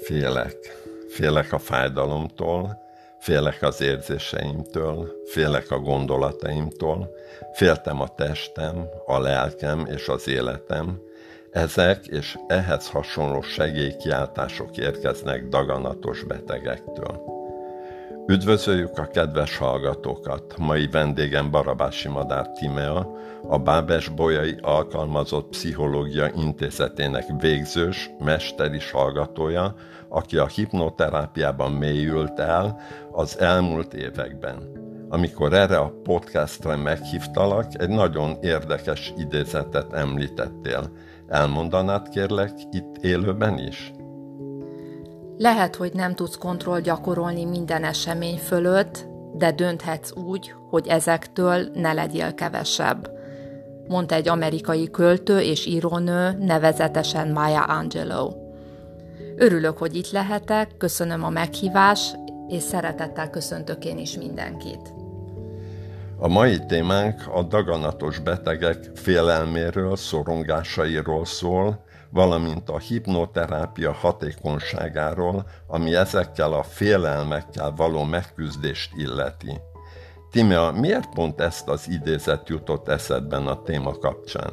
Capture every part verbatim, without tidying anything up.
Félek. Félek a fájdalomtól, félek az érzéseimtől, félek a gondolataimtól, féltem a testem, a lelkem és az életem. Ezek és ehhez hasonló segélykiáltások érkeznek daganatos betegektől. Üdvözöljük a kedves hallgatókat! Mai vendégem Barabási Madár Tímea, a Bábes-Bolyai Alkalmazott Pszichológia Intézetének végzős, mesteris hallgatója, aki a hipnoterápiában mélyült el az elmúlt években. Amikor erre a podcastra meghívtalak, egy nagyon érdekes idézetet említettél. Elmondanád kérlek itt élőben is? Lehet, hogy nem tudsz kontroll gyakorolni minden esemény fölött, de dönthetsz úgy, hogy ezektől ne legyél kevesebb, mondta egy amerikai költő és írónő, nevezetesen Maya Angelou. Örülök, hogy itt lehetek, köszönöm a meghívást, és szeretettel köszöntök én is mindenkit. A mai témánk a daganatos betegek félelméről, szorongásairól szól, valamint a hipnoterápia hatékonyságáról, ami ezekkel a félelmekkel való megküzdést illeti. Tímea, miért pont ezt az idézet jutott eszedben a téma kapcsán?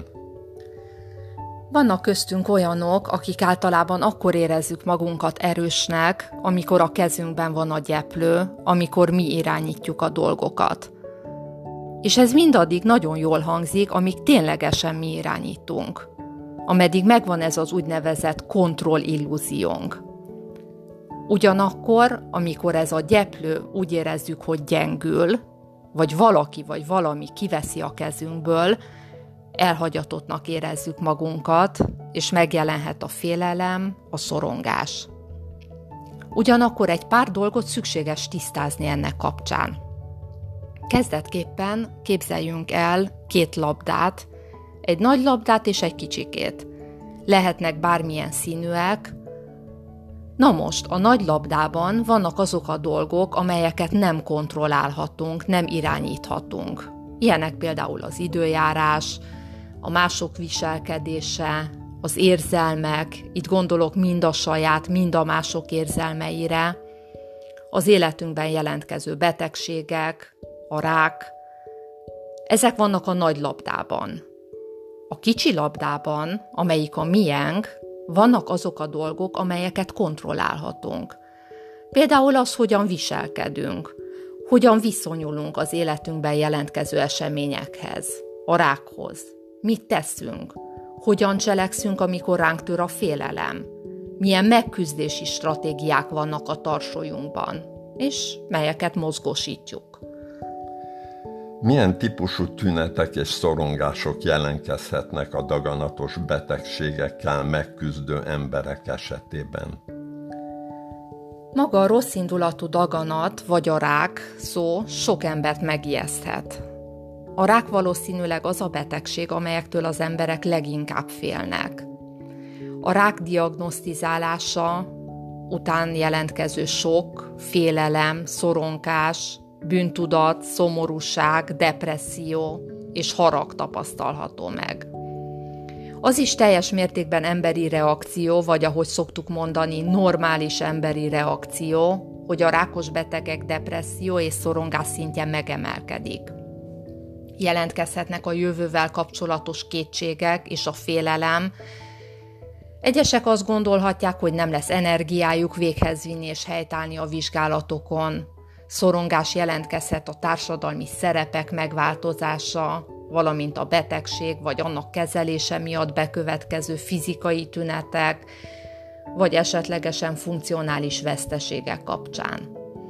Vannak köztünk olyanok, akik általában akkor érezzük magunkat erősnek, amikor a kezünkben van a gyeplő, amikor mi irányítjuk a dolgokat. És ez mindaddig nagyon jól hangzik, amíg ténylegesen mi irányítunk. Ameddig megvan ez az úgynevezett kontrollillúziónk. Ugyanakkor, amikor ez a gyeplő úgy érezzük, hogy gyengül, vagy valaki vagy valami kiveszi a kezünkből, elhagyatottnak érezzük magunkat, és megjelenhet a félelem, a szorongás. Ugyanakkor egy pár dolgot szükséges tisztázni ennek kapcsán. Kezdetképpen képzeljünk el két labdát, egy nagy labdát és egy kicsikét. Lehetnek bármilyen színűek. Na most, a nagy labdában vannak azok a dolgok, amelyeket nem kontrollálhatunk, nem irányíthatunk. Ilyenek például az időjárás, a mások viselkedése, az érzelmek, itt gondolok mind a saját, mind a mások érzelmeire, az életünkben jelentkező betegségek, a rák. Ezek vannak a nagy labdában. A kicsi labdában, amelyik a miénk, vannak azok a dolgok, amelyeket kontrollálhatunk. Például az, hogyan viselkedünk, hogyan viszonyulunk az életünkben jelentkező eseményekhez, a rákhoz, mit teszünk, hogyan cselekszünk, amikor ránk tör a félelem, milyen megküzdési stratégiák vannak a tarsolyunkban, és melyeket mozgósítjuk. Milyen típusú tünetek és szorongások jelentkezhetnek a daganatos betegségekkel megküzdő emberek esetében? Maga a rosszindulatú daganat vagy a rák szó sok embert megijeszthet. A rák valószínűleg az a betegség, amelyektől az emberek leginkább félnek. A rák diagnosztizálása után jelentkező sok, félelem, szorongás, bűntudat, szomorúság, depresszió és harag tapasztalható meg. Az is teljes mértékben emberi reakció, vagy ahogy szoktuk mondani, normális emberi reakció, hogy a rákos betegek depresszió és szorongás szintje megemelkedik. Jelentkezhetnek a jövővel kapcsolatos kétségek és a félelem. Egyesek azt gondolhatják, hogy nem lesz energiájuk véghez vinni és helytállni a vizsgálatokon. Szorongás jelentkezhet a társadalmi szerepek megváltozása, valamint a betegség vagy annak kezelése miatt bekövetkező fizikai tünetek, vagy esetlegesen funkcionális veszteségek kapcsán.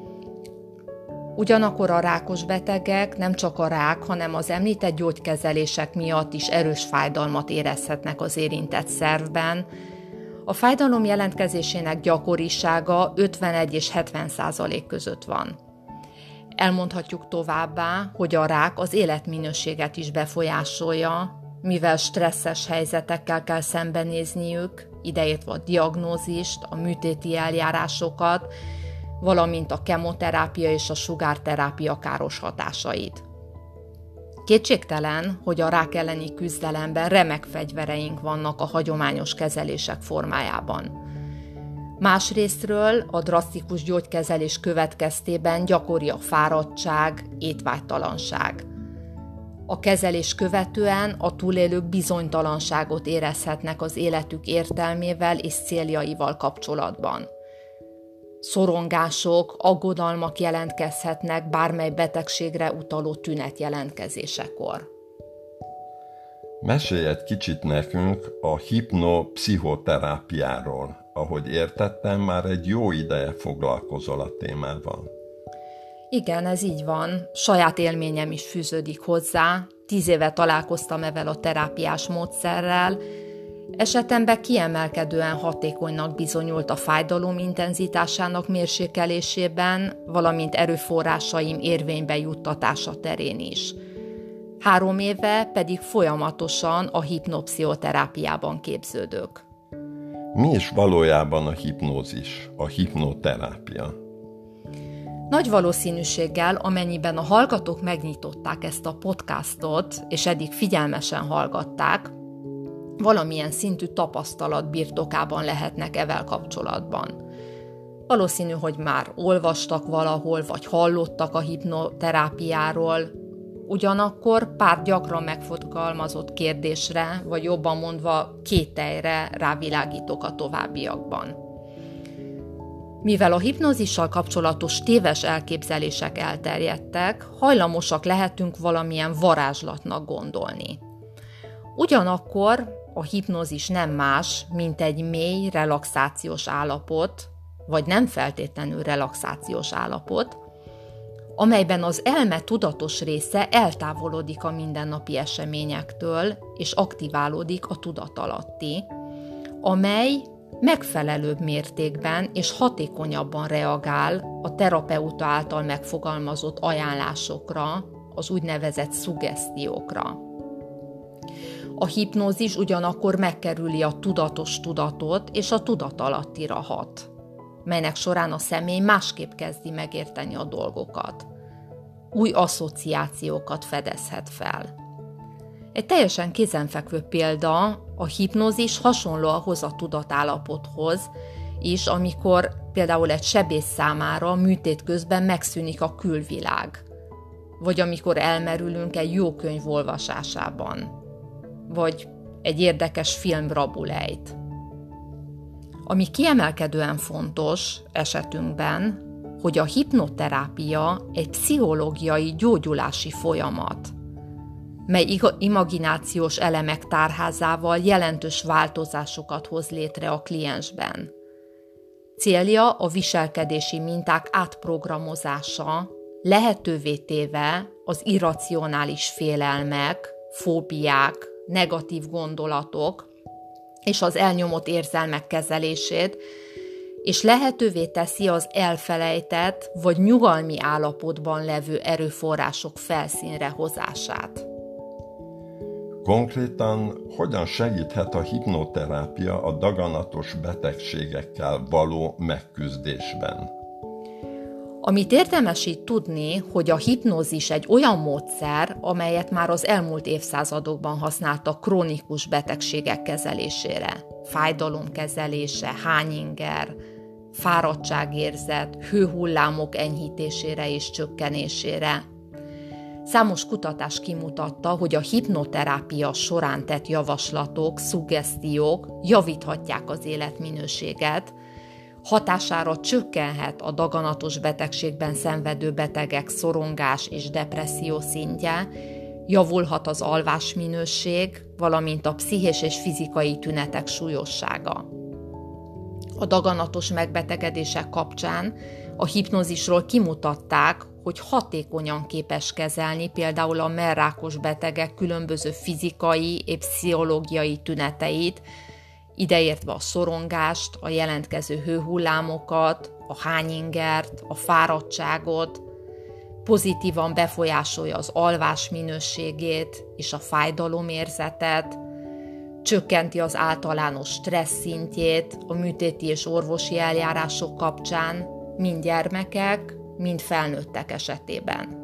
Ugyanakkor a rákos betegek nem csak a rák, hanem az említett gyógykezelések miatt is erős fájdalmat érezhetnek az érintett szervben. A fájdalom jelentkezésének gyakorisága ötvenegy és hetven százalék között van. Elmondhatjuk továbbá, hogy a rák az életminőséget is befolyásolja, mivel stresszes helyzetekkel kell szembenézniük, ideértve a diagnózist, a műtéti eljárásokat, valamint a kemoterápia és a sugárterápia káros hatásait. Kétségtelen, hogy a rák elleni küzdelemben remek fegyvereink vannak a hagyományos kezelések formájában. Másrésztről a drasztikus gyógykezelés következtében gyakori a fáradtság, étvágytalanság. A kezelés követően a túlélők bizonytalanságot érezhetnek az életük értelmével és céljaival kapcsolatban. Szorongások, aggodalmak jelentkezhetnek bármely betegségre utaló tünet jelentkezésekor. Mesélj egy kicsit nekünk a hipnopszichoterápiáról. Ahogy értettem, már egy jó ideje foglalkozol a témával. Igen, ez így van. Saját élményem is fűződik hozzá. Tíz éve találkoztam ezzel a terápiás módszerrel. Esetemben kiemelkedően hatékonynak bizonyult a fájdalom intenzitásának mérsékelésében, valamint erőforrásaim érvénybe juttatása terén is. Három éve pedig folyamatosan a hipnopszichoterápiában képződök. Mi is valójában a hipnózis, a hipnoterápia? Nagy valószínűséggel, amennyiben a hallgatók megnyitották ezt a podcastot, és eddig figyelmesen hallgatták, valamilyen szintű tapasztalat birtokában lehetnek evel kapcsolatban. Valószínű, hogy már olvastak valahol, vagy hallottak a hipnoterápiáról, ugyanakkor pár gyakran megfogalmazott kérdésre, vagy jobban mondva kételyre rávilágítok a továbbiakban. Mivel a hipnózissal kapcsolatos téves elképzelések elterjedtek, hajlamosak lehetünk valamilyen varázslatnak gondolni. Ugyanakkor a hipnózis nem más, mint egy mély relaxációs állapot, vagy nem feltétlenül relaxációs állapot, amelyben az elme tudatos része eltávolodik a mindennapi eseményektől, és aktiválódik a tudatalatti, amely megfelelőbb mértékben és hatékonyabban reagál a terapeuta által megfogalmazott ajánlásokra, az úgynevezett szuggesztiókra. A hipnózis ugyanakkor megkerüli a tudatos tudatot és a tudatalattira hat, melynek során a személy másképp kezdi megérteni a dolgokat. Új asszociációkat fedezhet fel. Egy teljesen kézenfekvő példa, a hipnózis hasonló ahhoz a tudatállapothoz is, amikor például egy sebész számára műtét közben megszűnik a külvilág, vagy amikor elmerülünk egy jó könyv olvasásában, vagy egy érdekes film rabulejt. Ami kiemelkedően fontos esetünkben, hogy a hipnoterápia egy pszichológiai gyógyulási folyamat, mely imaginációs elemek tárházával jelentős változásokat hoz létre a kliensben. Célja a viselkedési minták átprogramozása, lehetővé téve az irracionális félelmek, fóbiák, negatív gondolatok és az elnyomott érzelmek kezelését, és lehetővé teszi az elfelejtett vagy nyugalmi állapotban levő erőforrások felszínre hozását. Konkrétan hogyan segíthet a hipnoterápia a daganatos betegségekkel való megküzdésben? Amit érdemes így tudni, hogy a hipnózis egy olyan módszer, amelyet már az elmúlt évszázadokban használtak krónikus betegségek kezelésére. Fájdalom kezelése, hányinger, fáradtságérzet, hőhullámok enyhítésére és csökkenésére. Számos kutatás kimutatta, hogy a hipnoterápia során tett javaslatok, szuggesztiók javíthatják az életminőséget, hatására csökkenhet a daganatos betegségben szenvedő betegek szorongás és depresszió szintje, javulhat az alvásminőség, valamint a pszichés és fizikai tünetek súlyossága. A daganatos megbetegedések kapcsán a hipnózisról kimutatták, hogy hatékonyan képes kezelni például a mellrákos betegek különböző fizikai és pszichológiai tüneteit, ideértve a szorongást, a jelentkező hőhullámokat, a hányingert, a fáradtságot, pozitívan befolyásolja az alvás minőségét és a fájdalomérzetet, csökkenti az általános stressz szintjét a műtéti és orvosi eljárások kapcsán, mind gyermekek, mind felnőttek esetében.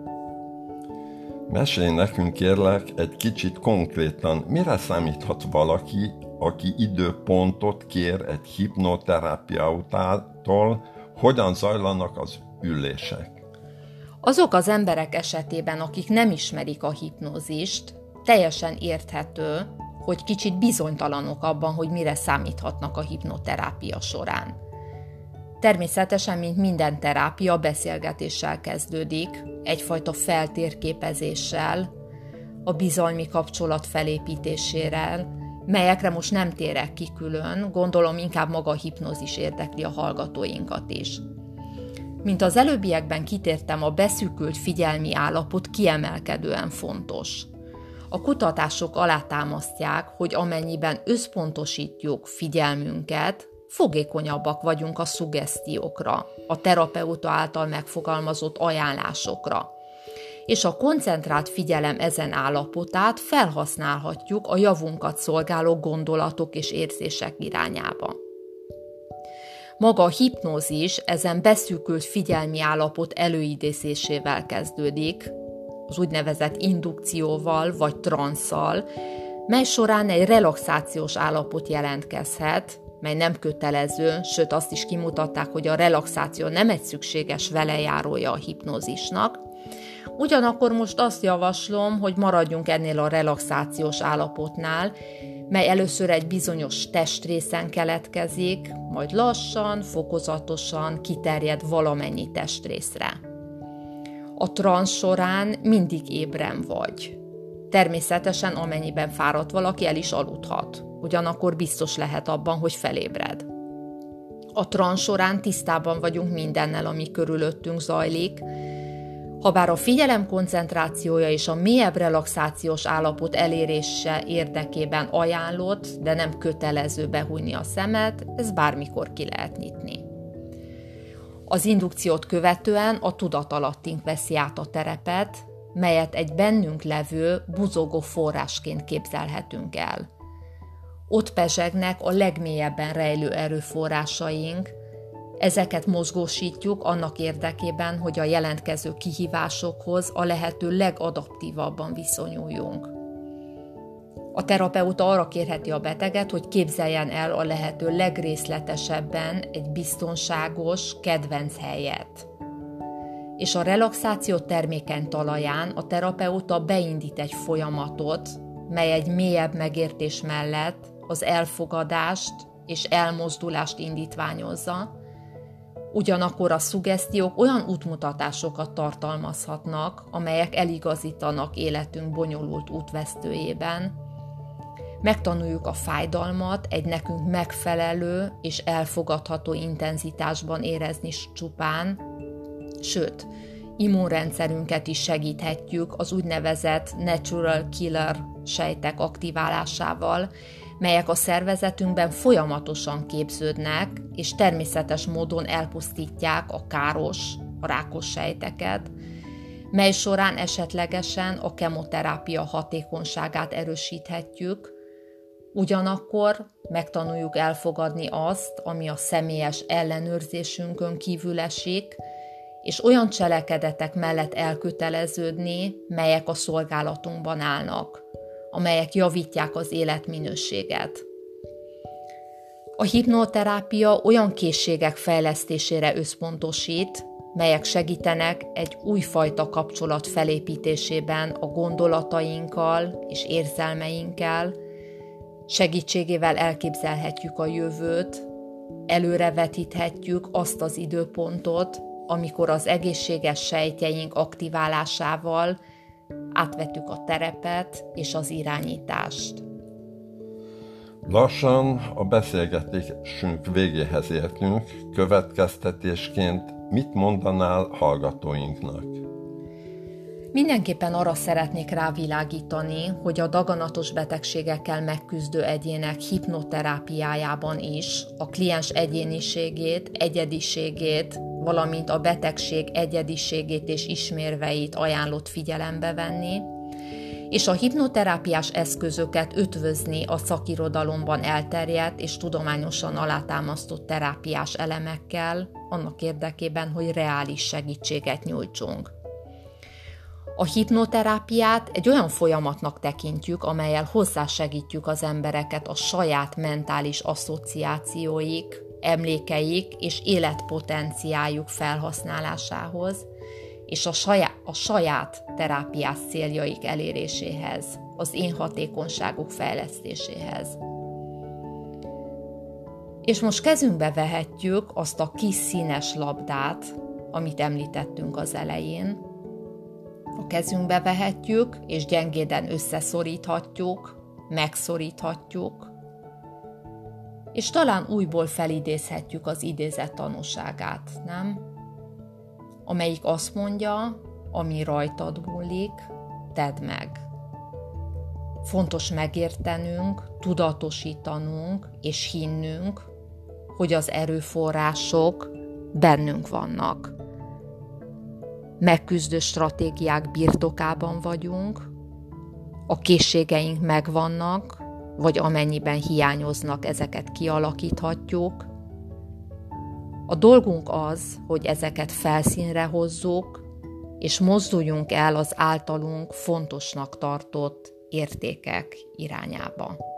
Mesélj nekünk kérlek egy kicsit konkrétan, mire számíthat valaki aki időpontot kér egy hipnoterapeutától, hogyan zajlanak az ülések? Azok az emberek esetében, akik nem ismerik a hipnózist, teljesen érthető, hogy kicsit bizonytalanok abban, hogy mire számíthatnak a hipnoterápia során. Természetesen, mint minden terápia, beszélgetéssel kezdődik, egyfajta feltérképezéssel, a bizalmi kapcsolat felépítésével, melyekre most nem térek ki külön, gondolom inkább maga a hipnózis érdekli a hallgatóinkat is. Mint az előbbiekben kitértem, a beszűkült figyelmi állapot kiemelkedően fontos. A kutatások alátámasztják, hogy amennyiben összpontosítjuk figyelmünket, fogékonyabbak vagyunk a szuggesztiókra, a terapeuta által megfogalmazott ajánlásokra, és a koncentrált figyelem ezen állapotát felhasználhatjuk a javunkat szolgáló gondolatok és érzések irányába. Maga a hipnózis ezen beszűkült figyelmi állapot előidézésével kezdődik, az úgynevezett indukcióval vagy transzszal, mely során egy relaxációs állapot jelentkezhet, mely nem kötelező, sőt azt is kimutatták, hogy a relaxáció nem egy szükséges velejárója a hipnózisnak. Ugyanakkor most azt javaslom, hogy maradjunk ennél a relaxációs állapotnál, mely először egy bizonyos testrészen keletkezik, majd lassan, fokozatosan kiterjed valamennyi testrészre. A transz során mindig ébren vagy. Természetesen, amennyiben fáradt valaki, el is aludhat. Ugyanakkor biztos lehet abban, hogy felébred. A transz során tisztában vagyunk mindennel, ami körülöttünk zajlik, habár a figyelem koncentrációja és a mélyebb relaxációs állapot elérése érdekében ajánlott, de nem kötelező behújni a szemet, ez bármikor ki lehet nyitni. Az indukciót követően a tudatalattink veszi át a terepet, melyet egy bennünk levő, buzogó forrásként képzelhetünk el. Ott pezsegnek a legmélyebben rejlő erőforrásaink, ezeket mozgósítjuk annak érdekében, hogy a jelentkező kihívásokhoz a lehető legadaptívabban viszonyuljunk. A terapeuta arra kérheti a beteget, hogy képzeljen el a lehető legrészletesebben egy biztonságos, kedvenc helyet. És a relaxáció termékeny talaján a terapeuta beindít egy folyamatot, mely egy mélyebb megértés mellett az elfogadást és elmozdulást indítványozza, ugyanakkor a szuggesztiók olyan útmutatásokat tartalmazhatnak, amelyek eligazítanak életünk bonyolult útvesztőjében. Megtanuljuk a fájdalmat egy nekünk megfelelő és elfogadható intenzitásban érezni csupán, sőt, immunrendszerünket is segíthetjük az úgynevezett natural killer sejtek aktiválásával, melyek a szervezetünkben folyamatosan képződnek, és természetes módon elpusztítják a káros, a rákos sejteket, mely során esetlegesen a kemoterápia hatékonyságát erősíthetjük, ugyanakkor megtanuljuk elfogadni azt, ami a személyes ellenőrzésünkön kívül esik, és olyan cselekedetek mellett elköteleződni, melyek a szolgálatunkban állnak, amelyek javítják az életminőséget. A hipnoterápia olyan készségek fejlesztésére összpontosít, melyek segítenek egy újfajta kapcsolat felépítésében a gondolatainkkal és érzelmeinkkel, segítségével elképzelhetjük a jövőt, előrevetíthetjük azt az időpontot, amikor az egészséges sejtjeink aktiválásával átvettük a terepet és az irányítást. Lassan a beszélgetésünk végéhez értünk, következtetésként mit mondanál hallgatóinknak? Mindenképpen arra szeretnék rávilágítani, hogy a daganatos betegségekkel megküzdő egyének hipnoterápiájában is a kliens egyéniségét, egyediségét, valamint a betegség egyediségét és ismérveit ajánlott figyelembe venni, és a hipnoterápiás eszközöket ötvözni a szakirodalomban elterjedt és tudományosan alátámasztott terápiás elemekkel, annak érdekében, hogy reális segítséget nyújtsunk. A hipnoterápiát egy olyan folyamatnak tekintjük, amellyel hozzásegítjük az embereket a saját mentális asszociációik, emlékeik és életpotenciáljuk felhasználásához, és a saját, a saját terápiás céljaik eléréséhez, az én hatékonyságuk fejlesztéséhez. És most kezünkbe vehetjük azt a kis színes labdát, amit említettünk az elején. A kezünkbe vehetjük, és gyengéden összeszoríthatjuk, megszoríthatjuk, és talán újból felidézhetjük az idézet tanúságát, nem? Amelyik azt mondja, ami rajtad múlik, tedd meg. Fontos megértenünk, tudatosítanunk és hinnünk, hogy az erőforrások bennünk vannak. Megküzdő stratégiák birtokában vagyunk, a készségeink megvannak, vagy amennyiben hiányoznak, ezeket kialakíthatjuk. A dolgunk az, hogy ezeket felszínre hozzuk, és mozduljunk el az általunk fontosnak tartott értékek irányába.